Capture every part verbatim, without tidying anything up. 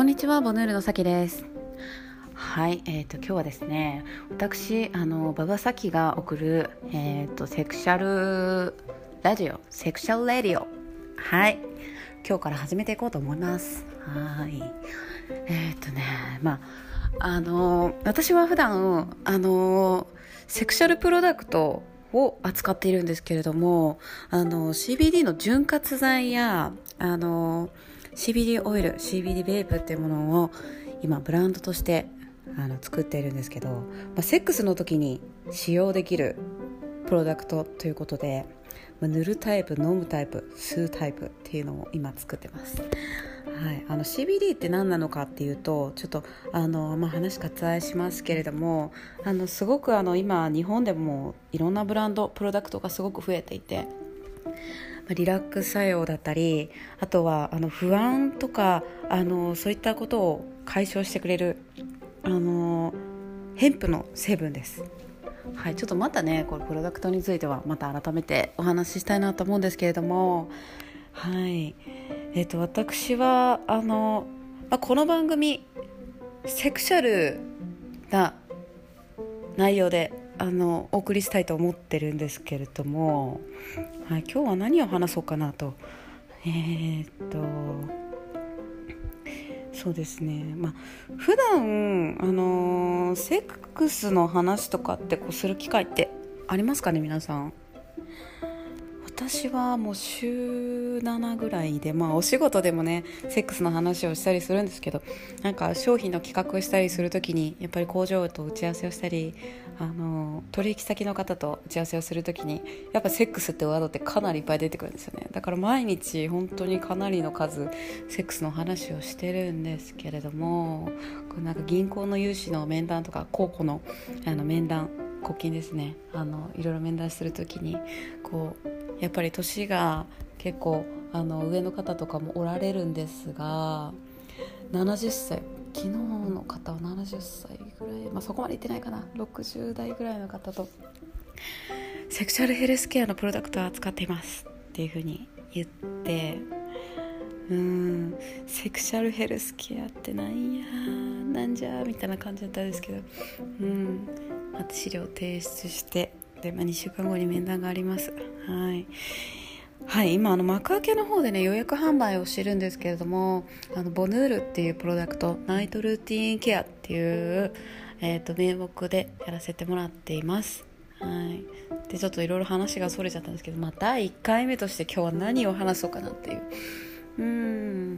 こんにちは、ボヌールのさきです。はい、えーと今日はですね、私あの馬場咲が送る、えーとセクシャルラジオ、セクシャルレディオ、はい、今日から始めていこうと思います。はい、えーとね、まああの私は普段あのセクシャルプロダクトを扱っているんですけれども、あの シービーディー の潤滑剤やあの シービーディー オイル、 シービーディー ベープっていうものを今ブランドとしてあの作っているんですけど、まあ、セックスの時に使用できるプロダクトということで、まあ、塗るタイプ、飲むタイプ、吸うタイプっていうのを今作ってます。はい、あの シービーディー って何なのかっていうと、ちょっとあの、まあ、話割愛しますけれども、あのすごくあの今日本でもいろんなブランドプロダクトがすごく増えていて、リラックス作用だったり、あとはあの不安とかあのそういったことを解消してくれるあのヘンプの成分です。はい、ちょっとまたね、これプロダクトについてはまた改めてお話ししたいなと思うんですけれども、はい、えーと、私はあの、まあ、この番組セクシャルな内容であのお送りしたいと思ってるんですけれども、はい、今日は何を話そうかなと。えー、っとそうですね、まあ、普段、あのー、セックスの話とかってこうする機会ってありますかね、皆さん。私はもう週ななぐらいで、まあ、お仕事でもねセックスの話をしたりするんですけど、なんか商品の企画をしたりするときにやっぱり工場と打ち合わせをしたり、あの取引先の方と打ち合わせをするときにやっぱセックスってワードってかなりいっぱい出てくるんですよね。だから毎日本当にかなりの数セックスの話をしてるんですけれども、こうなんか銀行の融資の面談とか公庫の、あの面談、古今ですね、あのいろいろ面談するときにこうやっぱり年が結構あの上の方とかもおられるんですが、ななじゅっさい、昨日の方はななじゅっさいぐらい、まあ、そこまでいってないかな、ろくじゅう代ぐらいの方とセクシャルヘルスケアのプロダクトを扱っていますっていう風に言って、うーんセクシャルヘルスケアってなんやなんじゃみたいな感じだったんですけど、うんまた資料提出してで、まあ、にしゅうかんごに面談があります。はい、はい、今あの幕開けの方でね予約販売をしてるんですけれども、あのボヌールっていうプロダクト、ナイトルーティーンケアっていう、えー、と名目でやらせてもらっています。はい、でちょっといろいろ話がそれちゃったんですけど、まあ、だいいっかいめとして今日は何を話そうかなっていう、うーん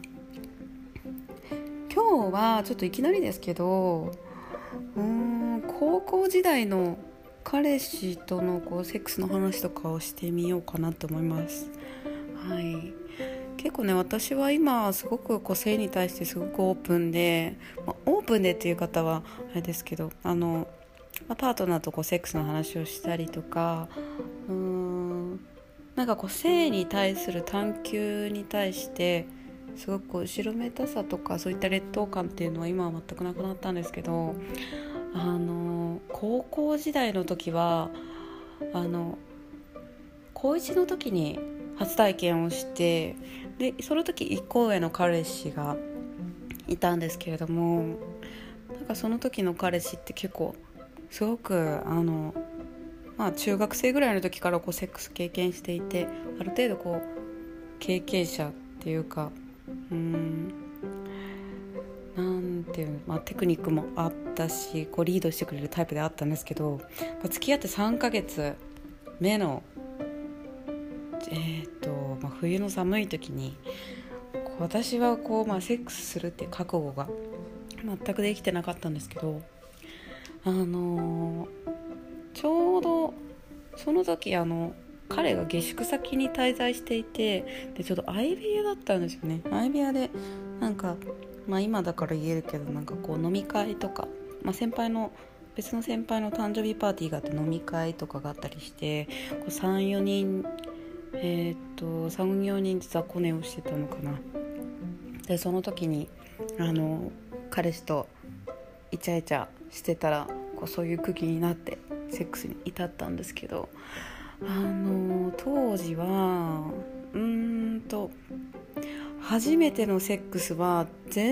今日はちょっといきなりですけど、うーん高校時代の彼氏とのこうセックスの話とかをしてみようかなと思います。はい、結構ね私は今すごくこう性に対してすごくオープンで、まあ、オープンでっていう方はあれですけど、あの、まあ、パートナーとこうセックスの話をしたりとか、うーんなんかこう性に対する探求に対してすごくこう後ろめたさとかそういった劣等感っていうのは今は全くなくなったんですけど、あの高校時代の時はあの高いちの時に初体験をして、でその時いっこ上の彼氏がいたんですけれども、なんかその時の彼氏って結構すごくあの、まあ、中学生ぐらいの時からこうセックス経験していて、ある程度こう経験者っていうか、うーんなんていうの、まあ、テクニックもあったしこうリードしてくれるタイプであったんですけど、まあ、付き合ってさんかげつめの、えーとまあ、冬の寒い時にこう私はこう、まあ、セックスするっていう覚悟が全くできてなかったんですけど、あのー、ちょうどその時あの彼が下宿先に滞在していて、でちょっと相部屋だったんですよね。相部屋でなんかまあ、今だから言えるけど、なんかこう飲み会とか、まあ、先輩の別の先輩の誕生日パーティーがあって飲み会とかがあったりして、こう さん,よ 人えー、っと さん,よ 人雑魚寝をしてたのかな。でその時にあの彼氏とイチャイチャしてたらこうそういう空気になってセックスに至ったんですけど、あの当時はうーんと初めてのセックスは全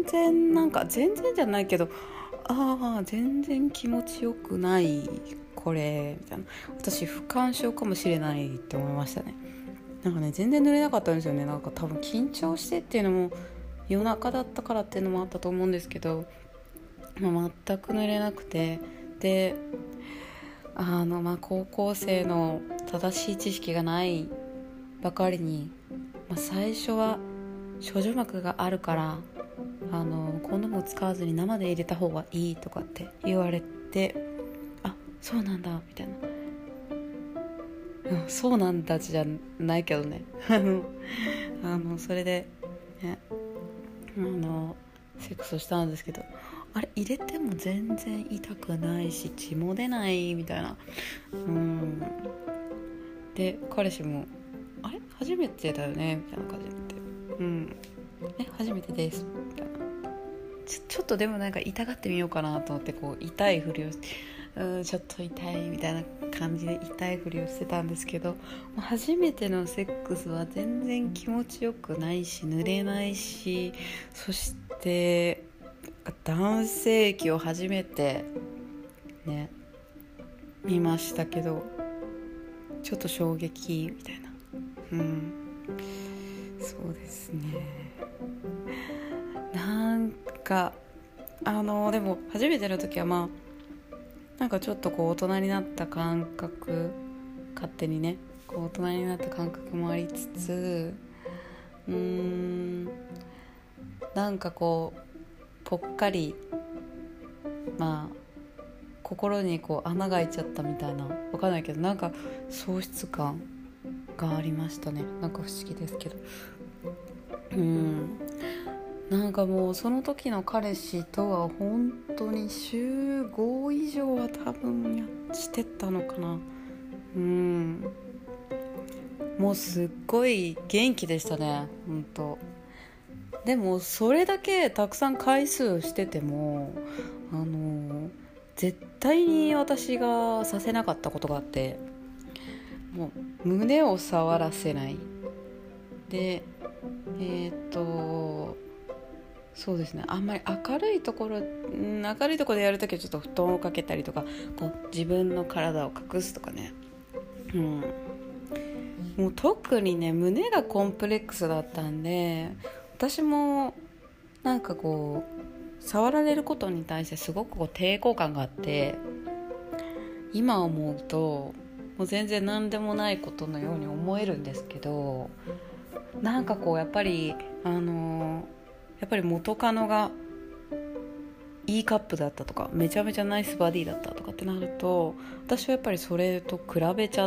全然なんか全然じゃないけど、ああ全然気持ちよくないこれみたいな、私不干渉かもしれないって思いましたね。なんかね全然濡れなかったんですよね。なんか多分緊張してっていうのも夜中だったからっていうのもあったと思うんですけど、まあ、全く濡れなくて、であの、まあ、高校生の正しい知識がないばかりに、まあ、最初は処女膜があるからあのコンドームを使わずに生で入れた方がいいとかって言われて、あ、そうなんだみたいな、うん、そうなんだじゃないけどねあのそれで、ね、あのセックスをしたんですけど、あれ入れても全然痛くないし血も出ないみたいな、うんで彼氏もあれ初めてだよねみたいな感じで言って、うんえ初めてですみたいな、ちょ、ちょっとでもなんか痛がってみようかなと思って、こう痛いふりをして、うん、ちょっと痛いみたいな感じで痛いふりをしてたんですけど、初めてのセックスは全然気持ちよくないし濡れないし、そして男性器を初めてね見ましたけど、ちょっと衝撃みたいな、うんそうですね。なんかあのでも初めての時はまあなんかちょっとこう大人になった感覚、勝手にねこう大人になった感覚もありつつ、うーんなんかこうぽっかりまあ心にこう穴が開いちゃったみたいな、わかんないけどなんか喪失感がありましたね。なんか不思議ですけど、うんなんかもうその時の彼氏とは本当に週ご以上は多分やしてたのかな。うんもうすっごい元気でしたね本当。でもそれだけたくさん回数しててもあの絶対に私がさせなかったことがあって、もう胸を触らせないで、えっとそうですね、あんまり明るいところ、うん、明るいところでやるときはちょっと布団をかけたりとか、こう自分の体を隠すとかね、うん、もう特にね胸がコンプレックスだったんで、私もなんかこう触られることに対してすごくこう抵抗感があって、今思うともう全然何でもないことのように思えるんですけど、なんかこうやっぱりあのやっぱり元カノがいいカップだったとかめちゃめちゃナイスバディだったとかってなると、私はやっぱりそれと比べちゃって、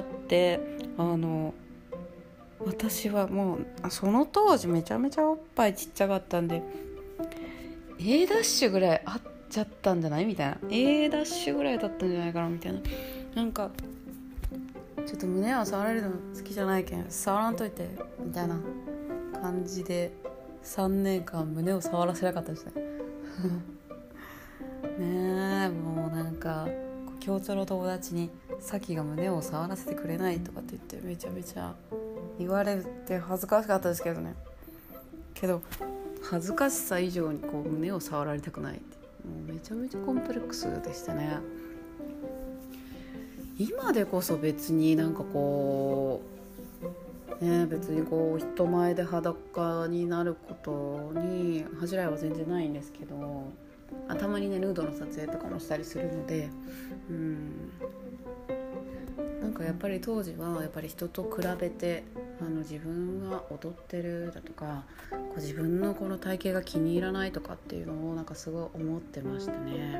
あの私はもうその当時めちゃめちゃおっぱいちっちゃかったんで A ダッシュぐらいあっちゃったんじゃないみたいな、 A ダッシュぐらいだったんじゃないかなみたいな、なんかちょっと胸を触られるの好きじゃないけん触らんといてみたいな感じでさんねんかん胸を触らせなかったですねねえもうなんか共通の友達にサキが胸を触らせてくれないとかって言ってめちゃめちゃ言われて恥ずかしかったですけどね。けど恥ずかしさ以上にこう胸を触られたくないって、もうめちゃめちゃコンプレックスでしたね。今でこそ別になんかこうね、別にこう人前で裸になることに恥じらいは全然ないんですけど、あたまにねヌードの撮影とかもしたりするので、うんなんかやっぱり当時はやっぱり人と比べてあの自分が踊ってるだとかこう自分のこの体型が気に入らないとかっていうのをなんかすごい思ってましたね。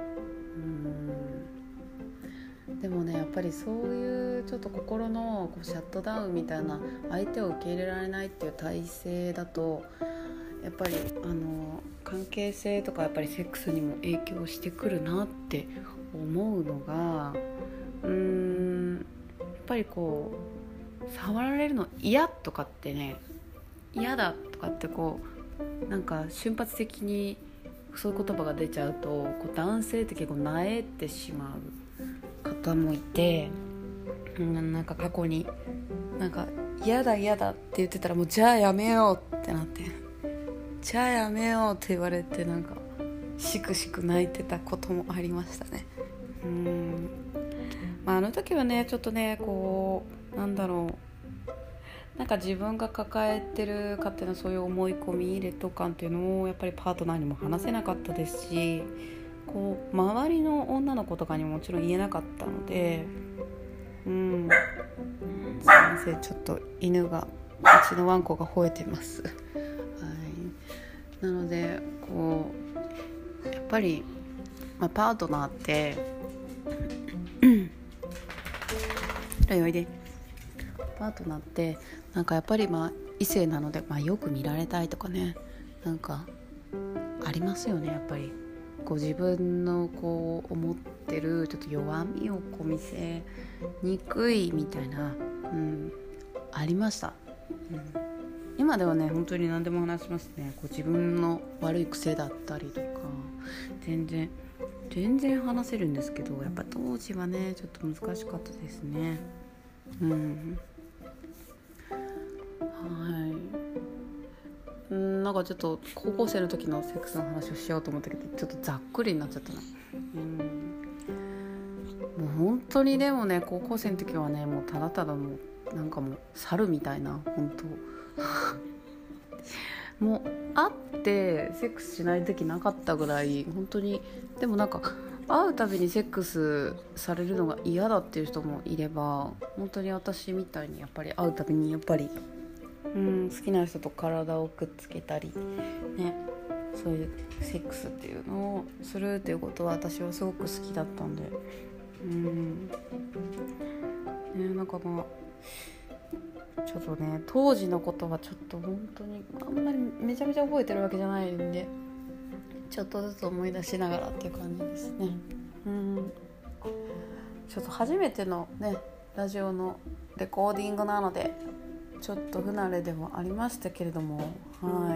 うんでもねやっぱりそういうちょっと心のこうシャットダウンみたいな、相手を受け入れられないっていう体制だとやっぱりあの関係性とかやっぱりセックスにも影響してくるなって思うのが、うーんやっぱりこう触られるの嫌とかってね、嫌だとかってこうなんか瞬発的にそういう言葉が出ちゃうとこう男性って結構萎えてしまう方もいて、なんか過去になんか嫌だ嫌だって言ってたらもうじゃあやめようってなってじゃあやめようって言われて、なんかしくしく泣いてたこともありましたね。うーん、まあ、あの時はねちょっとねこうなんだろう、なんか自分が抱えてる勝手なそういう思い込み劣等感っていうのをやっぱりパートナーにも話せなかったですし、こう周りの女の子とかにももちろん言えなかったので、うんすいません、ちょっと犬がうちのワンコが吠えてます、はい、なのでこうやっぱり、まあ、パートナーっておいおいでパートナーってなんかやっぱりまあ異性なので、まあ、よく見られたいとかね、なんかありますよね。やっぱりこう自分のこう思ってるちょっと弱みをこう見せにくいみたいな、うん、ありました、うん、今ではね本当に何でも話しますね。こう自分の悪い癖だったりとか全然全然話せるんですけど、やっぱ当時はねちょっと難しかったですね。うん、はい、んなんかちょっと高校生の時のセックスの話をしようと思ったけどちょっとざっくりになっちゃったな。うん、もう本当にでもね高校生の時はねもうただただもうなんかもう猿みたいな本当もう会ってセックスしない時なかったぐらい本当に。でもなんか会うたびにセックスされるのが嫌だっていう人もいれば、本当に私みたいにやっぱり会うたびにやっぱりうん好きな人と体をくっつけたりね、そういうセックスっていうのをするっていうことは私はすごく好きだったんで、うんね、なんかまあちょっとね当時のことはちょっと本当にあんまりめちゃめちゃ覚えてるわけじゃないんで、ちょっとずつ思い出しながらっていう感じですね。うんちょっと初めてのねラジオのレコーディングなのでちょっと不慣れではありましたけれども、はい。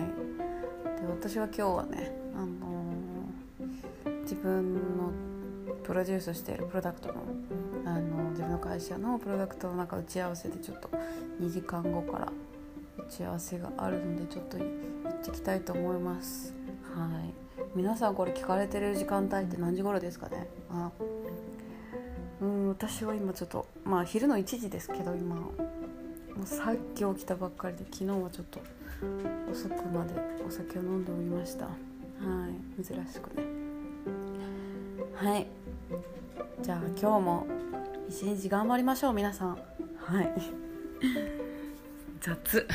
で私は今日はね、あのー、自分のプロデュースしているプロダクトの、あのー、自分の会社のプロダクトのなんか打ち合わせでちょっとにじかんごから打ち合わせがあるのでちょっと行ってきたいと思います。はい。皆さんこれ聞かれてる時間帯って何時頃ですかね。あうん私は今ちょっとまあ昼のいちじですけど、今もうさっき起きたばっかりで昨日はちょっと遅くまでお酒を飲んでおりました。はい、珍しくね。はい、じゃあ今日も一日頑張りましょう皆さん。はい雑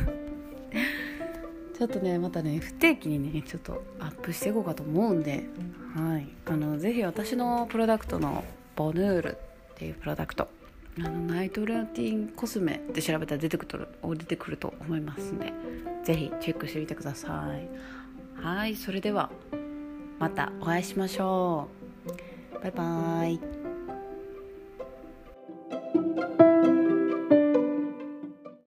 ちょっとねまたね不定期にねちょっとアップしていこうかと思うんで、はい、あのぜひ私のプロダクトのボヌールっていうプロダクト、あのナイトルーティンコスメって調べたら出てくる出てくると思いますので、ぜひチェックしてみてください。はい、それではまたお会いしましょう。バイバイ。